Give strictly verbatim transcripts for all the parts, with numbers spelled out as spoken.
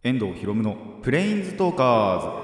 遠藤ひろむのプレインズトーカーズ。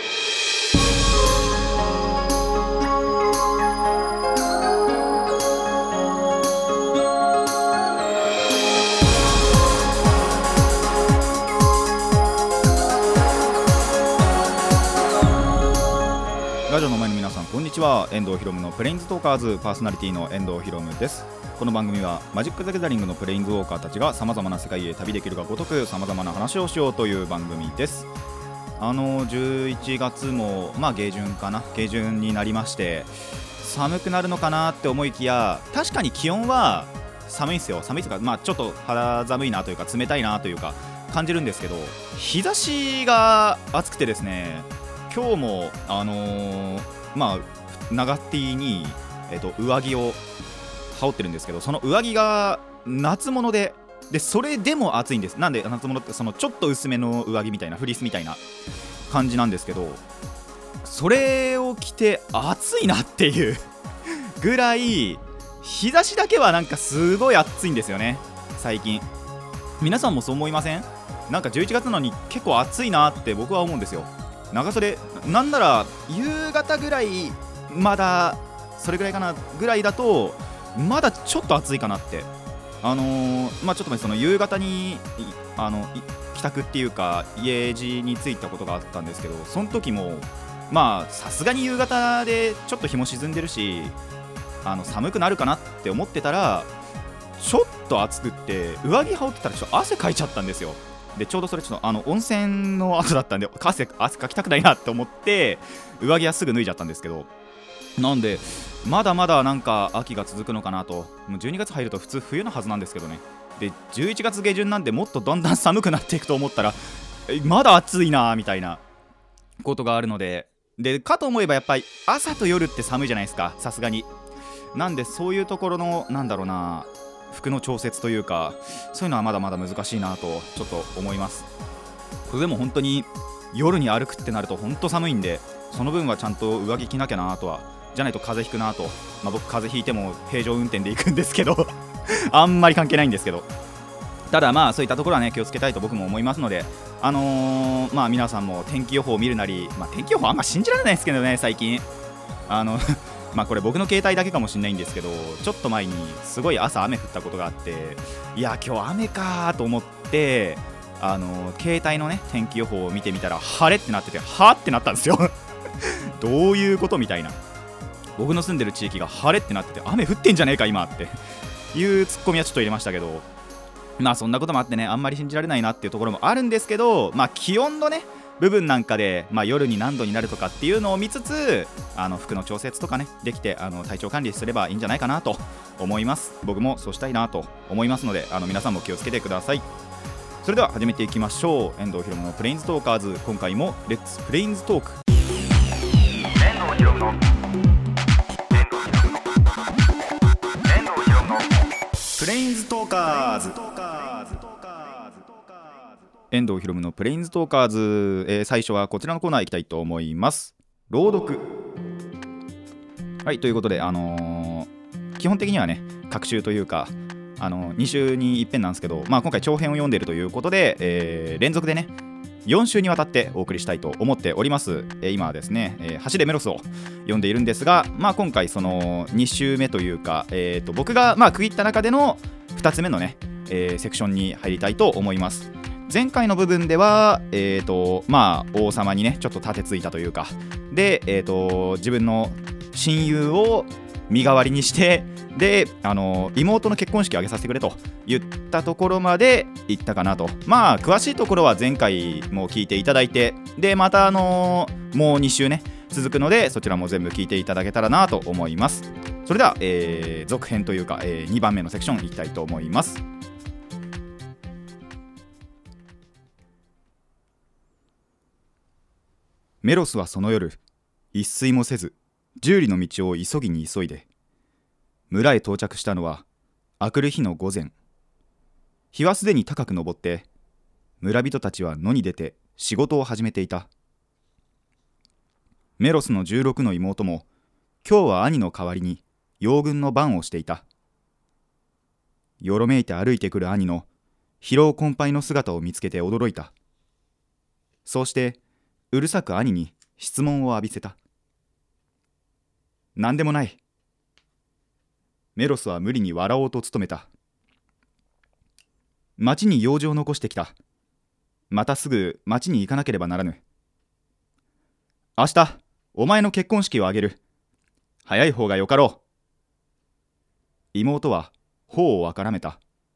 ラジオの前の皆さん、こんにちは。遠藤ひろむのプレインズトーカーズパーソナリティの遠藤ひろむです。この番組はマジック・ザ・ギャザリングのプレインズウォーカーたちがさまざまな世界へ旅できるがごとくさまざまな話をしようという番組です。あのじゅういちがつもまあ下旬かな下旬になりまして、寒くなるのかなって思いきや、確かに気温は寒いんですよ。寒いというか、まあ、ちょっと肌寒いなというか冷たいなというか感じるんですけど、日差しが暑くてですね、今日もあのー、まあ長 T に、えっと、上着を羽織ってるんですけど、その上着が夏物で、でそれでも暑いんです。なんで夏物ってそのちょっと薄めの上着みたいなフリースみたいな感じなんですけど、それを着て暑いなっていうぐらい、日差しだけはなんかすごい暑いんですよね最近。皆さんもそう思いません？なんかじゅういちがつなのに結構暑いなって僕は思うんですよ。長袖なんなら夕方ぐらい、まだそれぐらいかなぐらいだとまだちょっと暑いかなって。あのー、まあちょっと前その夕方にあの帰宅っていうか家路に着いたことがあったんですけど、その時もまあさすがに夕方でちょっと日も沈んでるし、あの寒くなるかなって思ってたらちょっと暑くって上着羽織ってたらちょっと汗かいちゃったんですよ。でちょうどそれちょっとあの温泉の後だったんで汗汗かきたくないなって思って上着はすぐ脱いじゃったんですけど、なんでまだまだなんか秋が続くのかなと。もうじゅうにがつ入ると普通冬のはずなんですけどね。でじゅういちがつ下旬なんでもっとだんだん寒くなっていくと思ったらまだ暑いなみたいなことがあるので、でかと思えばやっぱり朝と夜って寒いじゃないですか、さすがに。なんでそういうところのなんだろうな、服の調節というかそういうのはまだまだ難しいなとちょっと思います。これでも本当に夜に歩くってなると本当寒いんで、その分はちゃんと上着着なきゃなとは、じゃないと風邪ひくなと。まあ、僕風邪ひいても平常運転で行くんですけどあんまり関係ないんですけど、ただまあそういったところはね気をつけたいと僕も思いますので、あのー、まあ皆さんも天気予報を見るなり、まあ、天気予報あんま信じられないですけどね最近。あのまあこれ僕の携帯だけかもしれないんですけど、ちょっと前にすごい朝雨降ったことがあって、いや今日雨かと思ってあの携帯のね天気予報を見てみたら晴れってなってて、はってなったんですよどういうことみたいな。僕の住んでる地域が晴れってなってて雨降ってんじゃねえか今っていうツッコミはちょっと入れましたけど、まあそんなこともあってね、あんまり信じられないなっていうところもあるんですけど、まあ気温のね部分なんかで、まあ、夜に何度になるとかっていうのを見つつ、あの服の調節とかねできて、あの体調管理すればいいんじゃないかなと思います。僕もそうしたいなと思いますので、あの皆さんも気をつけてください。それでは始めていきましょう。遠藤ひろむのプレインズトーカーズ、今回もレッツプレインズトーク。遠藤ひろむのプレインズトーカーズ。遠藤ひろむのプレインズトーカーズ、えー、最初はこちらのコーナー行きたいと思います。朗読。はい、ということで、あのー、基本的にはね隔週というか、あのー、に週に一遍なんですけど、まあ、今回長編を読んでいるということで、えー、連続でねよん週にわたってお送りしたいと思っております。えー、今はですね、えー、走れメロスを読んでいるんですが、まあ、今回そのに週目というか、えー、と僕がまあ区切った中でのふたつめのね、えー、セクションに入りたいと思います。前回の部分では、えーとまあ、王様にねちょっと盾ついたというかで、えーと自分の親友を身代わりにして、であの妹の結婚式を挙げさせてくれと言ったところまでいったかなと。まあ詳しいところは前回も聞いていただいて、でまたあのもうに週ね続くので、そちらも全部聞いていただけたらなと思います。それでは、えー、続編というか、えー、にばんめのセクションいきたいと思います。メロスはその夜一睡もせず十里の道を急ぎに急いで村へ到着したのは明くる日の午前。日はすでに高く昇って村人たちは野に出て仕事を始めていた。メロスのじゅうろくの妹も今日は兄の代わりに養軍の番をしていた。よろめいて歩いてくる兄の疲労困憊の姿を見つけて驚いた。 そうしてうるさく兄に質問を浴びせた。何でもない。メロスは無理に笑おうと努めた。町に用事を残してきた。またすぐ町に行かなければならぬ。明日お前の結婚式を挙げる。早い方がよかろう。妹は頬をあからめた。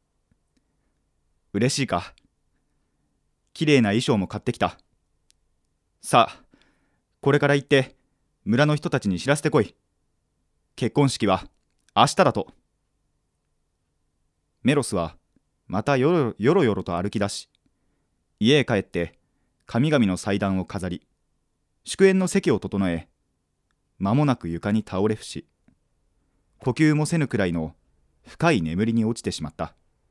嬉しいか。きれいな衣装も買ってきた。さあ、これから行って村の人たちに知らせてこい。結婚式は明日だと。メロスはまたよろよろよろと歩き出し、家へ帰って神々の祭壇を飾り、祝宴の席を整え、間もなく床に倒れ伏し、呼吸もせぬくらいの深い眠りに落ちてしまった。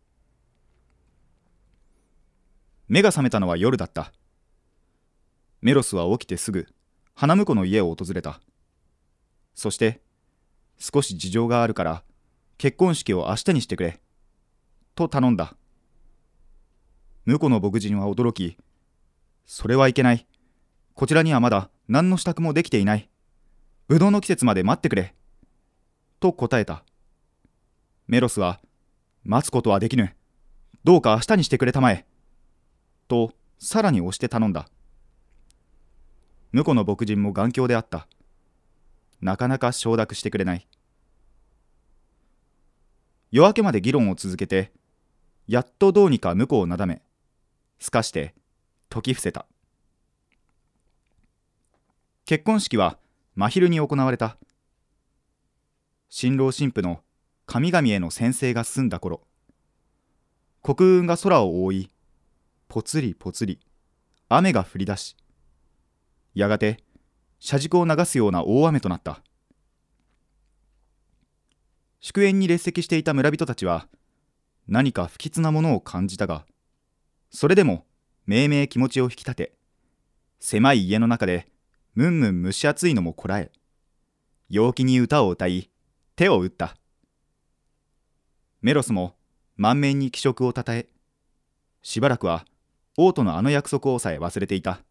目が覚めたのは夜だった。メロスは起きてすぐ花婿の家を訪れた。そして少し事情があるから結婚式を明日にしてくれと頼んだ。婿の牧人は驚き、それはいけない。こちらにはまだ何の支度もできていない。ぶどうの季節まで待ってくれと答えた。メロスは、待つことはできぬ。どうか明日にしてくれたまえとさらに押して頼んだ。婿の牧人も頑強であった。なかなか承諾してくれない。夜明けまで議論を続けて、やっとどうにか婿をなだめ、すかして説き伏せた。結婚式は真昼に行われた。新郎新婦の神々への宣誓が済んだ頃、黒雲が空を覆い、ぽつりぽつり雨が降り出し、やがて車軸を流すような大雨となった。祝宴に列席していた村人たちは何か不吉なものを感じたが、それでもめいめい気持ちを引き立て、狭い家の中でむんむん蒸し暑いのもこらえ、陽気に歌を歌い手を打った。メロスも満面に気色をたたえ、しばらくは王とのあの約束をさえ忘れていた。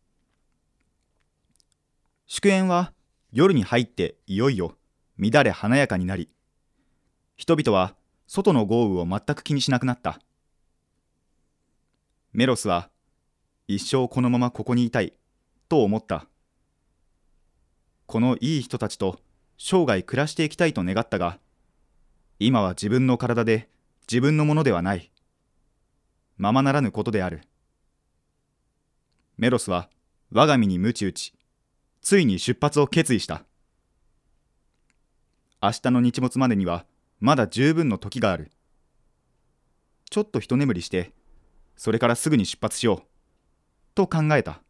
祝宴は夜に入っていよいよ乱れ華やかになり、人々は外の豪雨を全く気にしなくなった。メロスは一生このままここにいたいと思った。このいい人たちと生涯暮らしていきたいと願ったが、今は自分の体で自分のものではない。ままならぬことである。メロスは我が身に鞭打ち、ついに出発を決意した。明日の日没までにはまだ十分の時がある。ちょっと一眠りして、それからすぐに出発しよう、と考えた。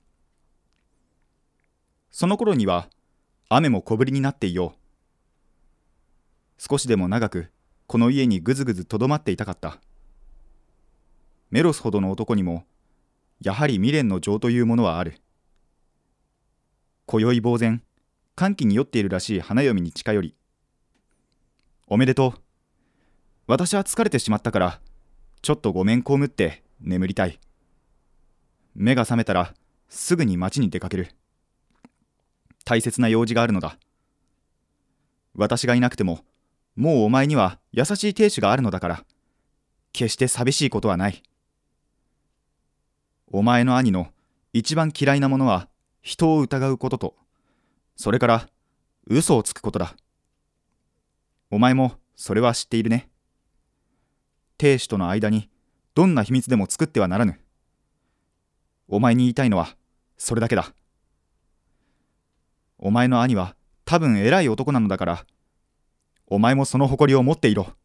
その頃には雨も小降りになっていよう。少しでも長くこの家にぐずぐずとどまっていたかった。メロスほどの男にもやはり未練の情というものはある。今宵呆然、歓喜に酔っているらしい花嫁に近寄り、おめでとう。私は疲れてしまったからちょっとごめんこむって眠りたい。目が覚めたらすぐに町に出かける。大切な用事があるのだ。私がいなくてももうお前には優しい亭主があるのだから、決して寂しいことはない。お前の兄の一番嫌いなものは人を疑うことと、それから嘘をつくことだ。お前もそれは知っているね。亭主との間にどんな秘密でも作ってはならぬ。お前に言いたいのはそれだけだ。お前の兄は多分偉い男なのだから、お前もその誇りを持っていろ。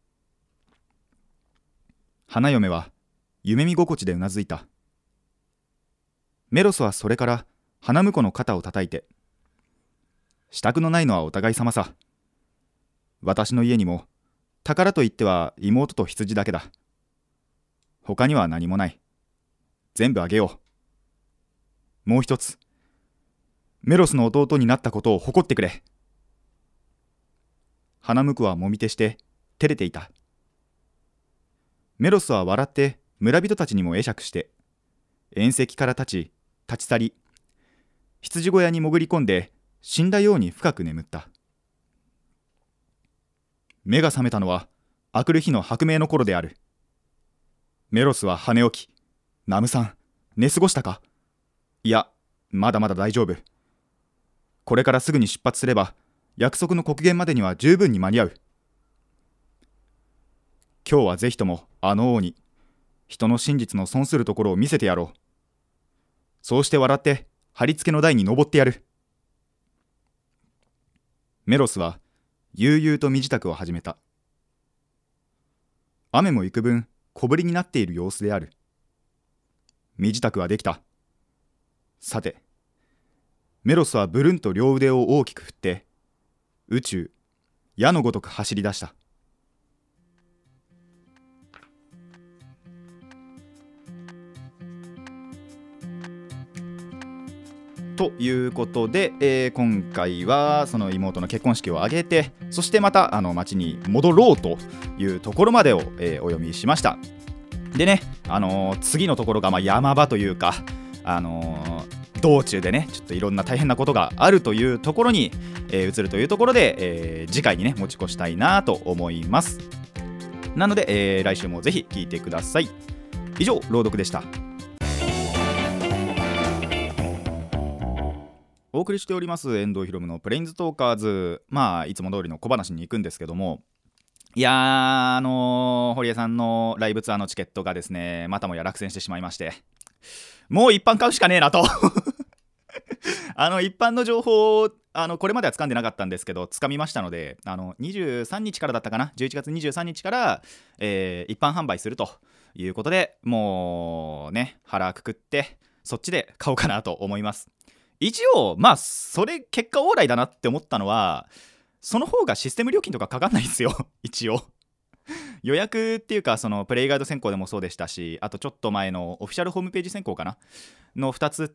花嫁は夢見心地でうなずいた。メロスはそれから花婿の肩をたたいて、支度のないのはお互い様さ。私の家にも宝といっては妹と羊だけだ。他には何もない。全部あげよう。もう一つ、メロスの弟になったことを誇ってくれ。花婿はもみ手して照れていた。メロスは笑って村人たちにも会釈して、宴席から立ち立ち去り、羊小屋に潜り込んで死んだように深く眠った。目が覚めたのは明くる日の白明の頃である。メロスは跳ね起き、ナムさん、寝過ごしたか？いや、まだまだ大丈夫。これからすぐに出発すれば約束の刻限までには十分に間に合う。今日はぜひともあの王に人の真実の損するところを見せてやろう。そうして笑って貼り付けの台に登ってやる。メロスは悠々と身支度を始めた。雨も幾分小降りになっている様子である。身支度はできた。さて、メロスはブルンと両腕を大きく振って宇宙、矢のごとく走り出した。ということで、えー、今回はその妹の結婚式を挙げて、そしてまたあの町に戻ろうというところまでを、えー、お読みしました。でね、あのー、次のところがまあ山場というか、あのー、道中でねちょっといろんな大変なことがあるというところに、えー、移るというところで、えー、次回にね持ち越したいなと思います。なので、えー、来週もぜひ聞いてください。以上、朗読でした。お送りしております遠藤ひろむのプレインズトーカーズ。まあいつも通りの小話に行くんですけども、いやーあのー、堀江さんのライブツアーのチケットがですね、またもや落選してしまいまして、もう一般買うしかねえなとあの一般の情報をあのこれまでは掴んでなかったんですけど掴みましたので、あのにじゅうさんにちからだったかな、じゅういちがつにじゅうさんにちから、えー、一般販売するということで、もうね腹くくってそっちで買おうかなと思います。一応まあそれ結果オーライだなって思ったのは、その方がシステム料金とかかかんないんですよ一応予約っていうか、そのプレイガイド選考でもそうでしたし、あとちょっと前のオフィシャルホームページ選考かなのふたつって、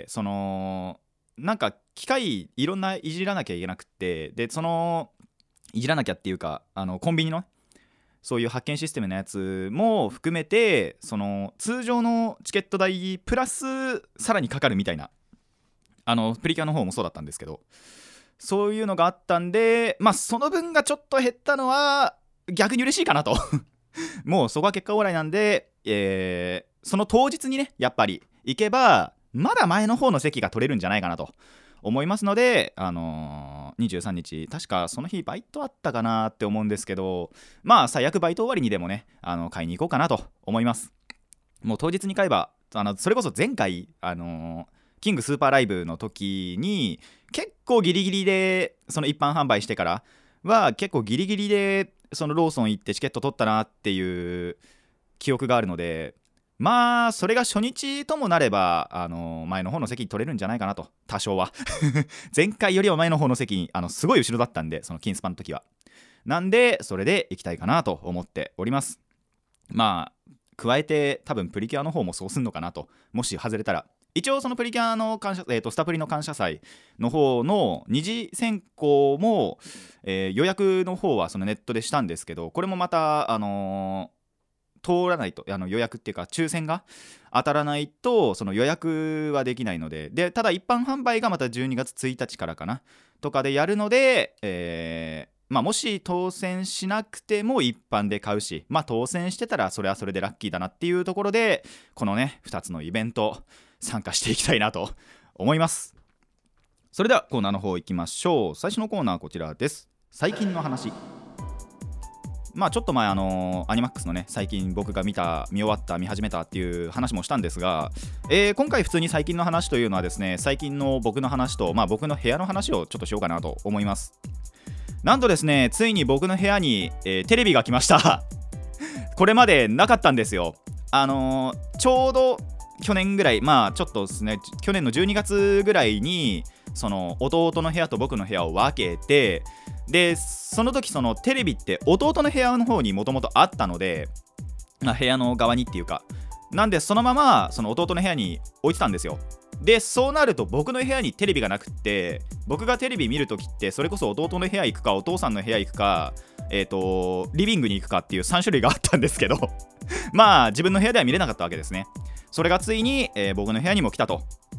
そのなんか機械いろんないじらなきゃいけなくって、でそのいじらなきゃっていうか、あのコンビニのそういう発券システムのやつも含めて、その通常のチケット代プラスさらにかかるみたいな、あのプリキュアの方もそうだったんですけど、そういうのがあったんで、まあその分がちょっと減ったのは逆に嬉しいかなともうそこは結果オーライなんで、えー、その当日にねやっぱり行けばまだ前の方の席が取れるんじゃないかなと思いますので、あのー、にじゅうさんにち確かその日バイトあったかなって思うんですけど、まあ最悪バイト終わりにでもねあの買いに行こうかなと思います。もう当日に買えば、あのそれこそ前回あのーキングスーパーライブの時に結構ギリギリで、その一般販売してからは結構ギリギリでそのローソン行ってチケット取ったなっていう記憶があるので、まあそれが初日ともなれば、あの前の方の席に取れるんじゃないかなと、多少は前回よりは前の方の席にあのすごい後ろだったんで、その金スパの時はなんでそれで行きたいかなと思っております。まあ加えて多分プリキュアの方もそうすんのかなと、もし外れたら。一応そのプリキュアの感謝、えー、とスタプリの感謝祭の方の二次選考も、えー、予約の方はそのネットでしたんですけど、これもまた、あのー、通らないと、あの予約っていうか抽選が当たらないとその予約はできないので、でただ一般販売がまたじゅうにがつついたちからかなとかでやるので、えーまあ、もし当選しなくても一般で買うし、まあ、当選してたらそれはそれでラッキーだなっていうところで、このねふたつのイベント参加していきたいなと思います。それではコーナーの方行きましょう。最初のコーナーはこちらです。最近の話。まあちょっと前あのー、アニマックスのね最近僕が見た見終わった見始めたっていう話もしたんですが、えー、今回普通に最近の話というのはですね、最近の僕の話と、まあ、僕の部屋の話をちょっとしようかなと思います。なんとですね、ついに僕の部屋に、えー、テレビが来ましたこれまでなかったんですよ。あのー、ちょうど去年ぐらい、まあちょっとですね、去年のじゅうにがつぐらいにその弟の部屋と僕の部屋を分けて、でその時そのテレビって弟の部屋の方にもともとあったので、まあ、部屋の側にっていうかなんで、そのままその弟の部屋に置いてたんですよ。でそうなると僕の部屋にテレビがなくって、僕がテレビ見るときってそれこそ弟の部屋行くかお父さんの部屋行くか、えーとリビングに行くかっていうさんしゅるいがあったんですけどまあ自分の部屋では見れなかったわけですね。それがついに、えー、僕の部屋にも来たと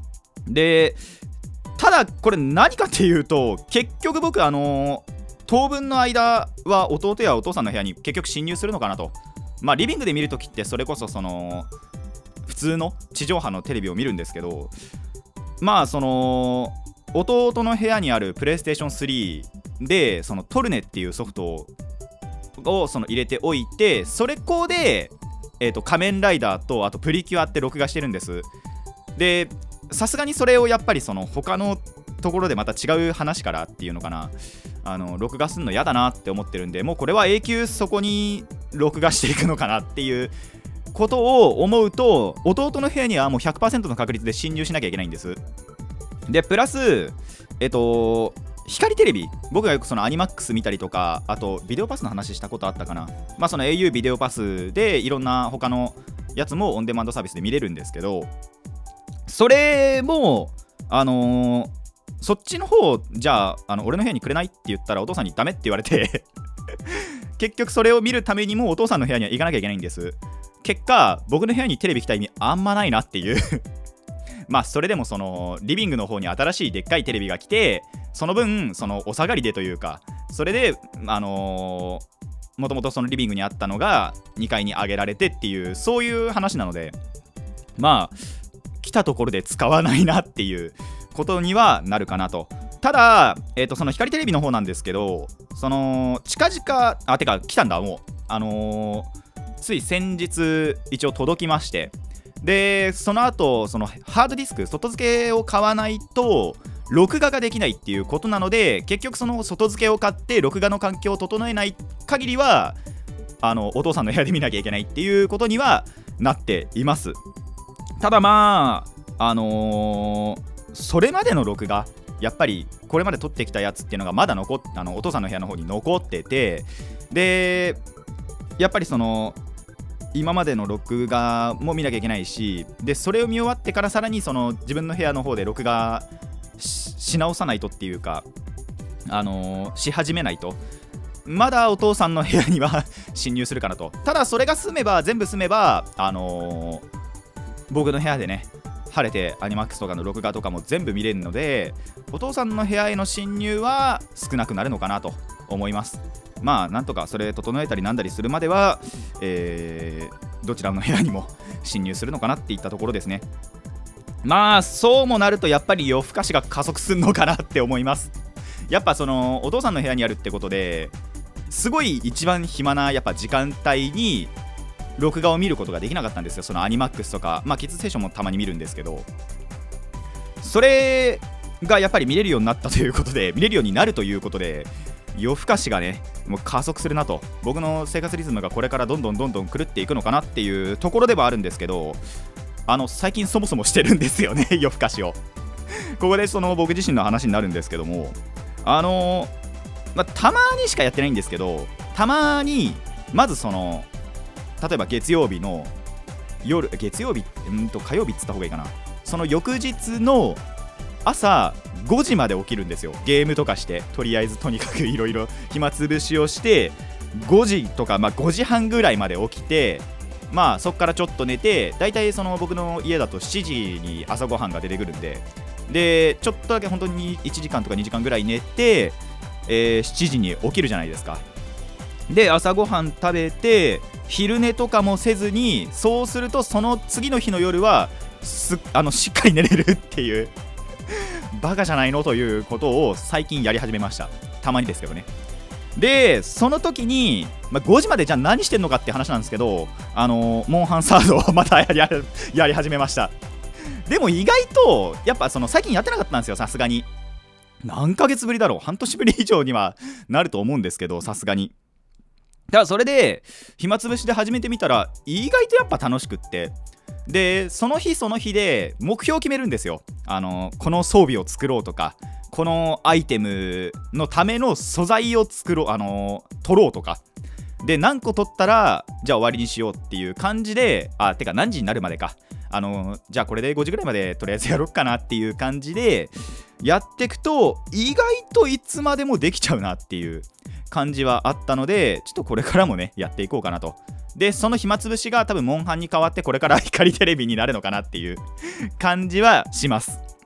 でただこれ何かっていうと、結局僕あのー、当分の間は弟やお父さんの部屋に結局侵入するのかなと。まあリビングで見るときってそれこそその普通の地上波のテレビを見るんですけど、まあその弟の部屋にあるプレイステーションスリーでそのトルネっていうソフトをその入れておいて、それこで、えーと仮面ライダーとあとプリキュアって録画してるんです。でさすがにそれをやっぱりその他のところでまた違う話からっていうのかな、あの録画するの嫌だなって思ってるんで、もうこれは永久そこに録画していくのかなっていうことを思うと、弟の部屋にはもう ひゃくパーセント の確率で侵入しなきゃいけないんです。でプラスえっと光テレビ、僕がよくそのアニマックス見たりとか、あとビデオパスの話したことあったかな、まあその エーユー ビデオパスでいろんな他のやつもオンデマンドサービスで見れるんですけど、それもあのー、そっちの方じゃあ、あの俺の部屋にくれないって言ったらお父さんにダメって言われて結局それを見るためにもお父さんの部屋には行かなきゃいけないんです。結果僕の部屋にテレビ来た意味あんまないなっていうまあそれでもそのリビングの方に新しいでっかいテレビが来て、その分そのお下がりでというか、それであのー、もともとそのリビングにあったのがにかいに上げられてっていう、そういう話なので、まあ来たところで使わないなっていうことにはなるかなと。ただ、えーと、その光テレビの方なんですけど、その近々あてか来たんだもうあのー、つい先日一応届きまして、でその後そのハードディスク外付けを買わないと録画ができないっていうことなので、結局その外付けを買って録画の環境を整えない限りはあのお父さんの部屋で見なきゃいけないっていうことにはなっています。ただまああのー、それまでの録画やっぱりこれまで撮ってきたやつっていうのがまだ残っあのお父さんの部屋の方に残ってて、でやっぱりその今までの録画も見なきゃいけないし、でそれを見終わってからさらにその自分の部屋の方で録画 し, し直さないとっていうか、あのー、し始めないとまだお父さんの部屋には侵入するかなと。ただそれが済めば全部済めばあのー、僕の部屋でね晴れてアニマックスとかの録画とかも全部見れるので、お父さんの部屋への侵入は少なくなるのかなと思います。まあなんとかそれ整えたりなんだりするまでは、えー、どちらの部屋にも侵入するのかなっていったところですね。まあそうもなるとやっぱり夜更かしが加速するのかなって思います。やっぱそのお父さんの部屋にあるってことですごい一番暇なやっぱ時間帯に録画を見ることができなかったんですよ。そのアニマックスとか、まあキッズステーションもたまに見るんですけど、それがやっぱり見れるようになったということで、見れるようになるということで夜更かしがねもう加速するなと、僕の生活リズムがこれからどんどんどんどん狂っていくのかなっていうところではあるんですけど、あの最近そもそもしてるんですよね夜更かしをここでその僕自身の話になるんですけども、あのまあ、たまにしかやってないんですけど、たまにまずその例えば月曜日の夜月曜日うんと火曜日っつった方がいいかな、その翌日の朝ごじまで起きるんですよ。ゲームとかしてとりあえずとにかくいろいろ暇つぶしをしてごじとか、まあ、ごじはんぐらいまで起きて、まあそこからちょっと寝て、だいたいその僕の家だとしちじに朝ごはんが出てくるんで、でちょっとだけ本当にいちじかんとかにじかんぐらい寝て、えー、しちじに起きるじゃないですか。で朝ごはん食べて昼寝とかもせずに、そうするとその次の日の夜はすあのしっかり寝れるっていうバカじゃないのということを最近やり始めました。たまにですけどね。でその時に、まあ、ごじまでじゃあ何してんのかって話なんですけど、あのー、モンハンサードをまたやり、やり始めました。でも意外とやっぱその最近やってなかったんですよ。さすがに何ヶ月ぶりだろう、半年ぶり以上にはなると思うんですけど、さすがに。だからそれで暇つぶしで始めてみたら意外とやっぱ楽しくって、でその日その日で目標を決めるんですよ。あのこの装備を作ろうとか、このアイテムのための素材を作ろう、あの取ろうとかで、何個取ったらじゃあ終わりにしようっていう感じで、あてか何時になるまでか、あのじゃあこれでごじぐらいまでとりあえずやろうかなっていう感じでやっていくと、意外といつまでもできちゃうなっていう感じはあったので、ちょっとこれからもねやっていこうかなと。でその暇つぶしが多分モンハンに変わってこれから光テレビになるのかなっていう感じはします。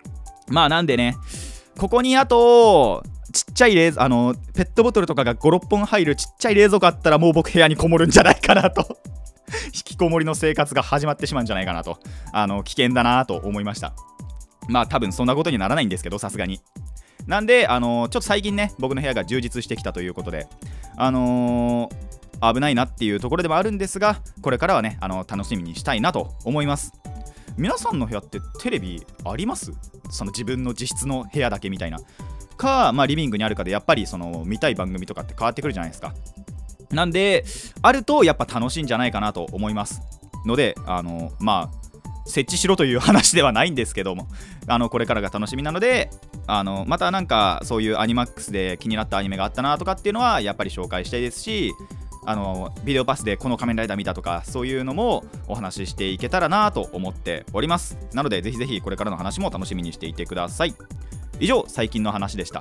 まあなんでね、ここにあとちっちゃい冷蔵あのペットボトルとかがごろっぽん入るちっちゃい冷蔵庫あったら、もう僕部屋にこもるんじゃないかなと引きこもりの生活が始まってしまうんじゃないかなと、あの危険だなと思いました。まあ多分そんなことにならないんですけど、さすがに。なんであのちょっと最近ね、僕の部屋が充実してきたということで、あのー、危ないなっていうところでもあるんですが、これからはね、あの楽しみにしたいなと思います。皆さんの部屋ってテレビあります？その自分の自室の部屋だけみたいなか、まあ、リビングにあるかでやっぱりその見たい番組とかって変わってくるじゃないですか。なんであるとやっぱ楽しいんじゃないかなと思いますので、あのまあ設置しろという話ではないんですけども、あのこれからが楽しみなので、あのまたなんかそういうアニマックスで気になったアニメがあったなとかっていうのはやっぱり紹介したいですし、あのビデオパスでこの仮面ライダー見たとか、そういうのもお話ししていけたらなと思っております。なのでぜひぜひこれからの話も楽しみにしていてください。以上、最近の話でした。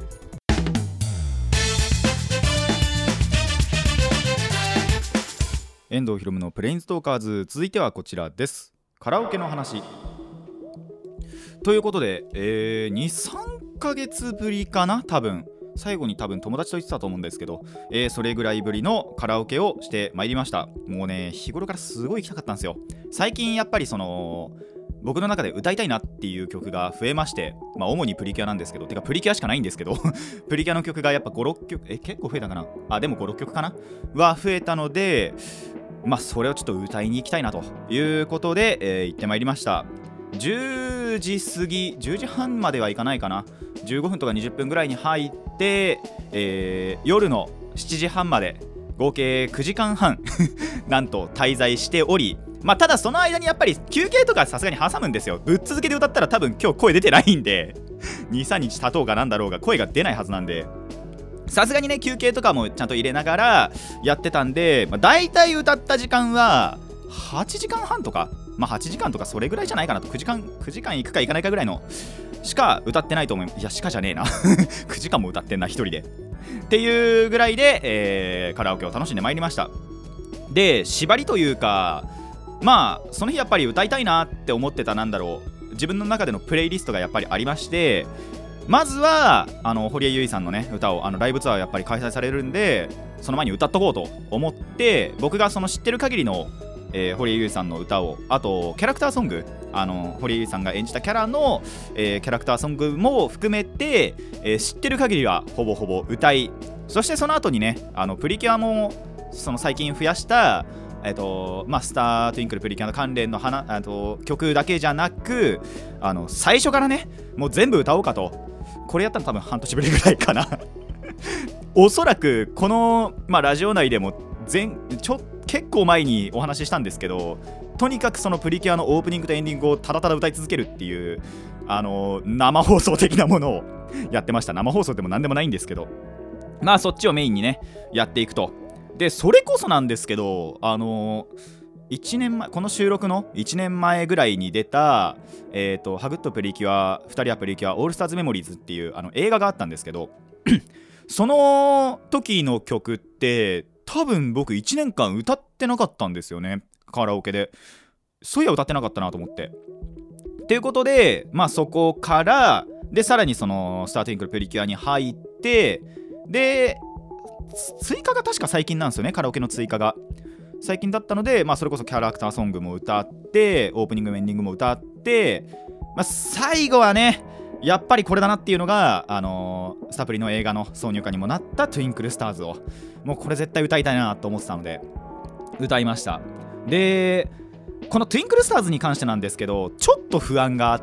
遠藤ひろむのプレインストーカーズ、続いてはこちらです。カラオケの話ということで、えー、にさんかげつぶりかな、多分最後に多分友達と言ってたと思うんですけど、えー、それぐらいぶりのカラオケをしてまいりました。もうね、日頃からすごい行きたかったんですよ。最近やっぱりその僕の中で歌いたいなっていう曲が増えまして、まあ主にプリキュアなんですけど、てかプリキュアしかないんですけどプリキュアの曲がやっぱごろっきょく、え結構増えたかなあ、でもごろっきょくかなは増えたので、まあそれをちょっと歌いに行きたいなということで、えー、行ってまいりました。じゅうじ過ぎ、じゅうじはんまではいかないかな、じゅうごふんとかにじゅっぷんぐらいに入って、えー、夜のしちじはんまで合計くじかんはんなんと滞在しており、まあただその間にやっぱり休憩とかさすがに挟むんですよ。ぶっ続けで歌ったら多分今日声出てないんでにさんにち経とうがなんだろうが声が出ないはずなんで、さすがにね休憩とかもちゃんと入れながらやってたんで、まあ、大体歌った時間ははちじかんはんとか、まあはちじかんとかそれぐらいじゃないかなと。くじかんくじかんいくかいかないかぐらいのしか歌ってないと思います。いやしかじゃねえなくじかんも歌ってんな一人でっていうぐらいで、えー、カラオケを楽しんでまいりました。で、縛りというか、まあその日やっぱり歌いたいなって思ってた、なんだろう、自分の中でのプレイリストがやっぱりありまして、まずはあの堀江由衣さんのね歌を、あのライブツアーやっぱり開催されるんで、その前に歌っとこうと思って、僕がその知ってる限りの、えー、堀江由衣さんの歌を、あとキャラクターソング、あの堀江由衣さんが演じたキャラの、えー、キャラクターソングも含めて、えー、知ってる限りはほぼほぼ歌い、そしてその後にね、あのプリキュアもその最近増やしたえっとまあ、スタートゥインクルプリキュアの関連の花あと曲だけじゃなく、あの最初からねもう全部歌おうかと。これやったら多分半年ぶりぐらいかなおそらくこの、まあ、ラジオ内でも前ちょ結構前にお話ししたんですけど、とにかくそのプリキュアのオープニングとエンディングをただただ歌い続けるっていう、あの生放送的なものをやってました。生放送でも何でもないんですけど、まあそっちをメインにねやっていくと。でそれこそなんですけど、あのー、いちねんまえ、この収録のいちねんまえぐらいに出た、えーと、ハグッとプリキュアふたりはプリキュアオールスターズメモリーズっていうあの映画があったんですけどその時の曲って多分僕いちねんかん歌ってなかったんですよね、カラオケで。そういや歌ってなかったなと思って。っていうことで、まあそこからでさらにそのスタートゥインクルプリキュアに入って、で追加が確か最近なんですよね、カラオケの追加が最近だったので、まあそれこそキャラクターソングも歌って、オープニングエンディングも歌って、まあ最後はねやっぱりこれだなっていうのが、あのー、スタプリの映画の挿入歌にもなったトゥインクルスターズを、もうこれ絶対歌いたいなと思ってたので歌いました。でこのトゥインクルスターズに関してなんですけど、ちょっと不安があって、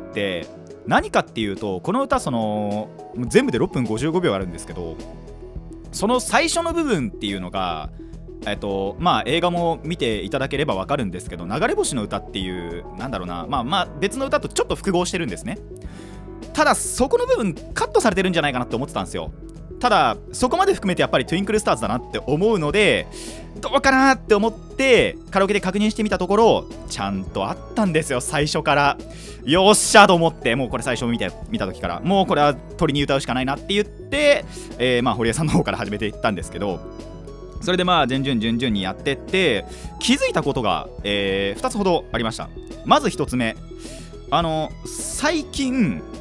何かっていうと、この歌その全部でろっぷんごじゅうごびょうあるんですけど、その最初の部分っていうのが、えっとまあ映画も見ていただければわかるんですけど、流れ星の歌っていう、なんだろうな、まあまあ別の歌とちょっと複合してるんですね。ただそこの部分カットされてるんじゃないかなって思ってたんですよ。ただそこまで含めてやっぱりトゥインクルスターズだなって思うので、どうかなって思ってカラオケで確認してみたところ、ちゃんとあったんですよ、最初から。よっしゃと思って、もうこれ最初見て見た時から、もうこれは鳥に歌うしかないなって言って、えー、まあ堀江さんの方から始めていったんですけど、それでまあ順々順々にやってって、気づいたことが、えー、ふたつほどありました。まずひとつめ、あの最近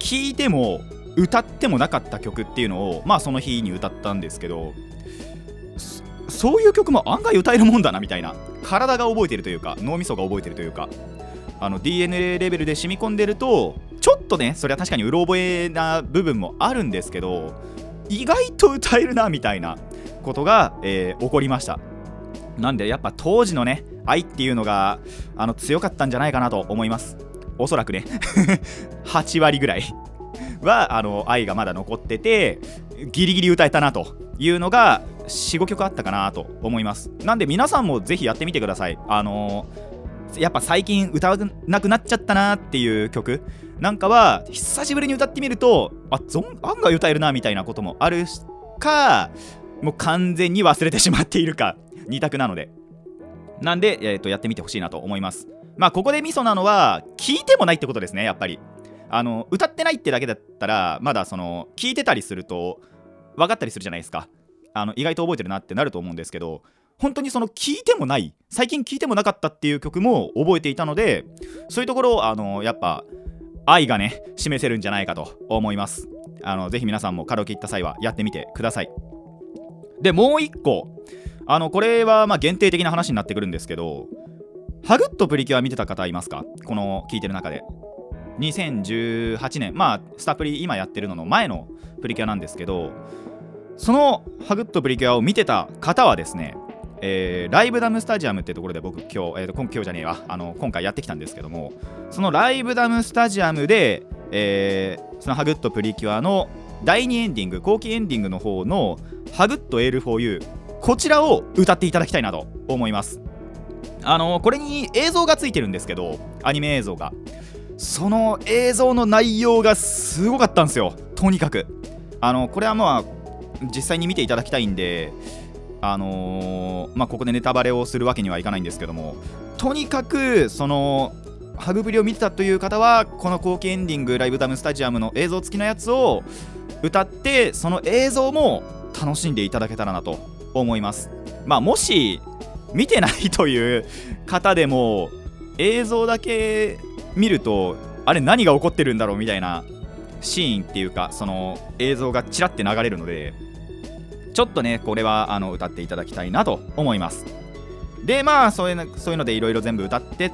聴いても歌ってもなかった曲っていうのをまあその日に歌ったんですけど、そ, そういう曲も案外歌えるもんだなみたいな、体が覚えてるというか脳みそが覚えてるというか、あの ディーエヌエー レベルで染み込んでるとちょっとね、それは確かにうろ覚えな部分もあるんですけど、意外と歌えるなみたいなことが、えー、起こりました。なんでやっぱ当時のね愛っていうのがあの強かったんじゃないかなと思います。おそらくねはちわりぐらいはあの愛がまだ残ってて、ギリギリ歌えたなというのが よん,ご 曲あったかなと思います。なんで皆さんもぜひやってみてください。あのー、やっぱ最近歌わなくなっちゃったなっていう曲なんかは久しぶりに歌ってみると、あ、案外歌えるなみたいなこともあるか、もう完全に忘れてしまっているかに択なので、なんで、えーと、やってみてほしいなと思います。まあここでミソなのは聞いてもないってことですね。やっぱりあの歌ってないってだけだったらまだその聞いてたりすると分かったりするじゃないですか。あの意外と覚えてるなってなると思うんですけど、本当にその聞いてもない、最近聞いてもなかったっていう曲も覚えていたので、そういうところをあのやっぱ愛がね示せるんじゃないかと思います。あのぜひ皆さんもカラオケ行った際はやってみてください。でもう一個、あのこれはまあ限定的な話になってくるんですけど、ハグッとプリキュア見てた方いますか？この聞いてる中でにせんじゅうはちねん、まあスタプリ今やってるのの前のプリキュアなんですけど、そのハグッとプリキュアを見てた方はですね、えー、ライブダムスタジアムってところで僕今日、えー、と今今日じゃねえわあの今回やってきたんですけども、そのライブダムスタジアムで、えー、そのハグッとプリキュアのだいにエンディング、後期エンディングの方のハグッとエールフォーユー、こちらを歌っていただきたいなと思います。あのこれに映像がついてるんですけど、アニメ映像が、その映像の内容がすごかったんですよ。とにかくあのこれはまあ実際に見ていただきたいんで、あのー、まあここでネタバレをするわけにはいかないんですけども、とにかくそのハグプリを見てたという方はこの後期エンディングライブダムスタジアムの映像付きのやつを歌って、その映像も楽しんでいただけたらなと思います。まあもし見てないという方でも映像だけ見るとあれ何が起こってるんだろうみたいなシーンっていうか、その映像がちらって流れるので、ちょっとねこれはあの歌っていただきたいなと思います。でまあそういうの、そういうのでいろいろ全部歌ってって、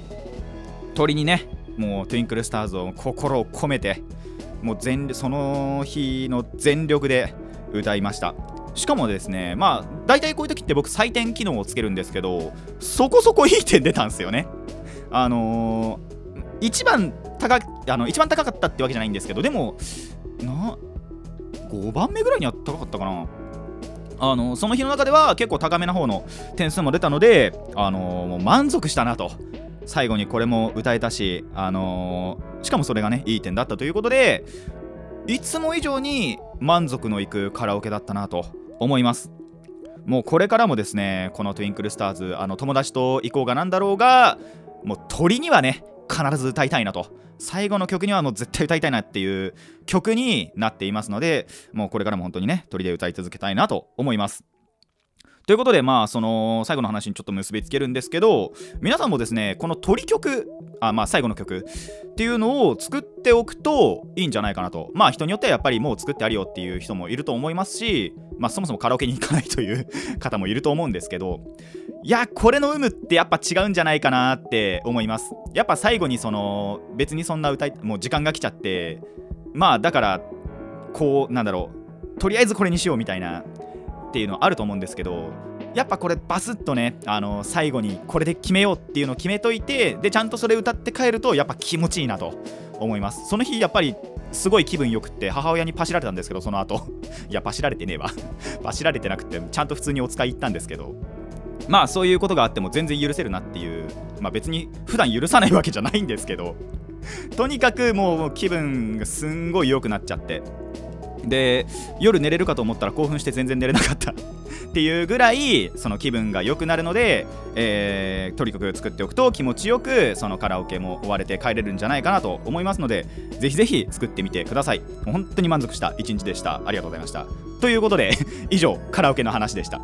鳥にねもうトゥインクルスターズを心を込めてもう全その日の全力で歌いました。しかもですね、まあ大体こういう時って僕採点機能をつけるんですけど、そこそこいい点出たんですよね。あのー、一番高あの一番高かったってわけじゃないんですけど、でもなごばんめぐらいには高かったかな。あのその日の中では結構高めな方の点数も出たので、あのー、もう満足したなと。最後にこれも歌えたし、あのー、しかもそれがねいい点だったということで、いつも以上に満足のいくカラオケだったなと思います。もうこれからもですね、このトゥインクルスターズ、あの友達と行こうがなんだろうが、もう鳥にはね必ず歌いたいなと、最後の曲にはもう絶対歌いたいなっていう曲になっていますので、もうこれからも本当にね鳥で歌い続けたいなと思います。ということで、まあその最後の話にちょっと結びつけるんですけど、皆さんもですねこの鳥曲、あまあ最後の曲っていうのを作っておくといいんじゃないかなと。まあ人によってはやっぱりもう作ってあるよっていう人もいると思いますし、まあそもそもカラオケに行かないという方もいると思うんですけど、いやこれの有無ってやっぱ違うんじゃないかなって思います。やっぱ最後にその別にそんな歌いもう時間が来ちゃって、まあだからこうなんだろう、とりあえずこれにしようみたいなっていうのあると思うんですけど、やっぱこれバスッとね、あの最後にこれで決めようっていうのを決めといて、でちゃんとそれ歌って帰るとやっぱ気持ちいいなと思います。その日やっぱりすごい気分よくって母親にパシられたんですけど、その後いやパシられてねえわパシられてなくてちゃんと普通にお使い行ったんですけど、まあそういうことがあっても全然許せるなっていう、まあ別に普段許さないわけじゃないんですけどとにかくもう気分がすんごい良くなっちゃって、で夜寝れるかと思ったら興奮して全然寝れなかったっていうぐらいその気分が良くなるので、えー、とにかく作っておくと気持ちよくそのカラオケも終われて帰れるんじゃないかなと思いますので、ぜひぜひ作ってみてください。もう本当に満足した一日でした。ありがとうございました。ということで以上カラオケの話でした。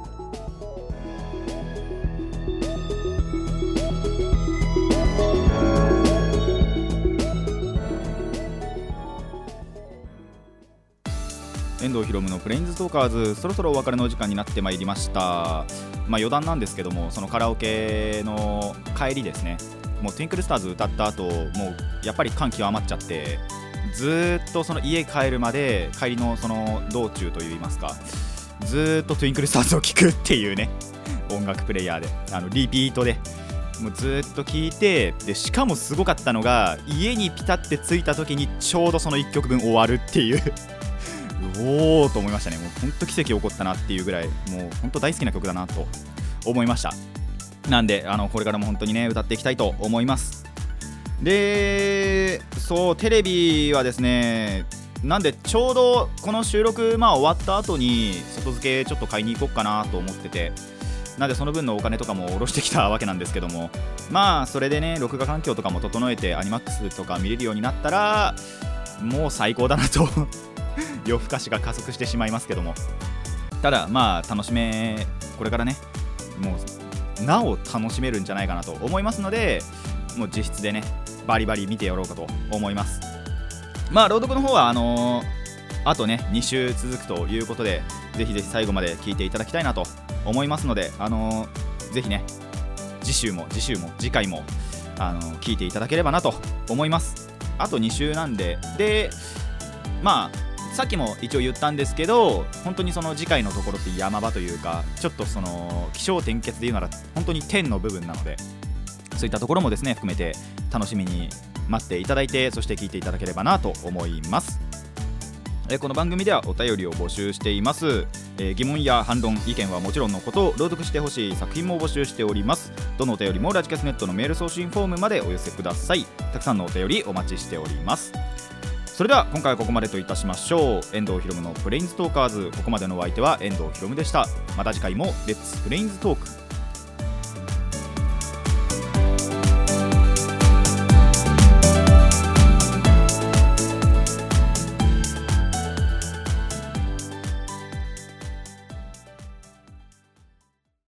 遠藤ひろむのプレインズトーカーズ、そろそろお別れのお時間になってまいりました。まあ余談なんですけども、そのカラオケの帰りですね、もうトゥインクルスターズ歌った後、もうやっぱり感極まっちゃって、ずーっとその家帰るまで、帰りのその道中といいますか、ずーっとトゥインクルスターズを聴くっていうね、音楽プレイヤーであのリピートでもうずーっと聴いて、でしかもすごかったのが、家にピタって着いた時にちょうどそのいっきょくぶん終わるっていうおーと思いましたね。もうほんと奇跡起こったなっていうぐらい、もうほんと大好きな曲だなと思いました。なんであのこれからも本当にね歌っていきたいと思います。で、そうテレビはですね、なんでちょうどこの収録まあ終わった後に外付けちょっと買いに行こうかなと思ってて、なんでその分のお金とかも下ろしてきたわけなんですけども、まあそれでね録画環境とかも整えてアニマックスとか見れるようになったらもう最高だなと夜更かしが加速してしまいますけども、ただまあ楽しめ、これからねもうなお楽しめるんじゃないかなと思いますので、もう実質でねバリバリ見てやろうかと思います。まあ朗読の方はあのー、あとねに週続くということで、ぜひぜひ最後まで聞いていただきたいなと思いますので、あのー、ぜひね次週も次週も次回も、あのー、聞いていただければなと思います。あとに週なんで、でまあさっきも一応言ったんですけど、本当にその次回のところって山場というか、ちょっとその起承転結で言うなら本当に天の部分なので、そういったところもですね含めて楽しみに待っていただいて、そして聞いていただければなと思います。えこの番組ではお便りを募集しています。えー、疑問や反論、意見はもちろんのこと、朗読してほしい作品も募集しております。どのお便りもラジキャスネットのメール送信フォームまでお寄せください。たくさんのお便りお待ちしております。それでは今回はここまでといたしましょう。遠藤ひろむのプレインズトーカーズ、ここまでのお相手は遠藤ひろむでした。また次回もレッツプレインズトーク。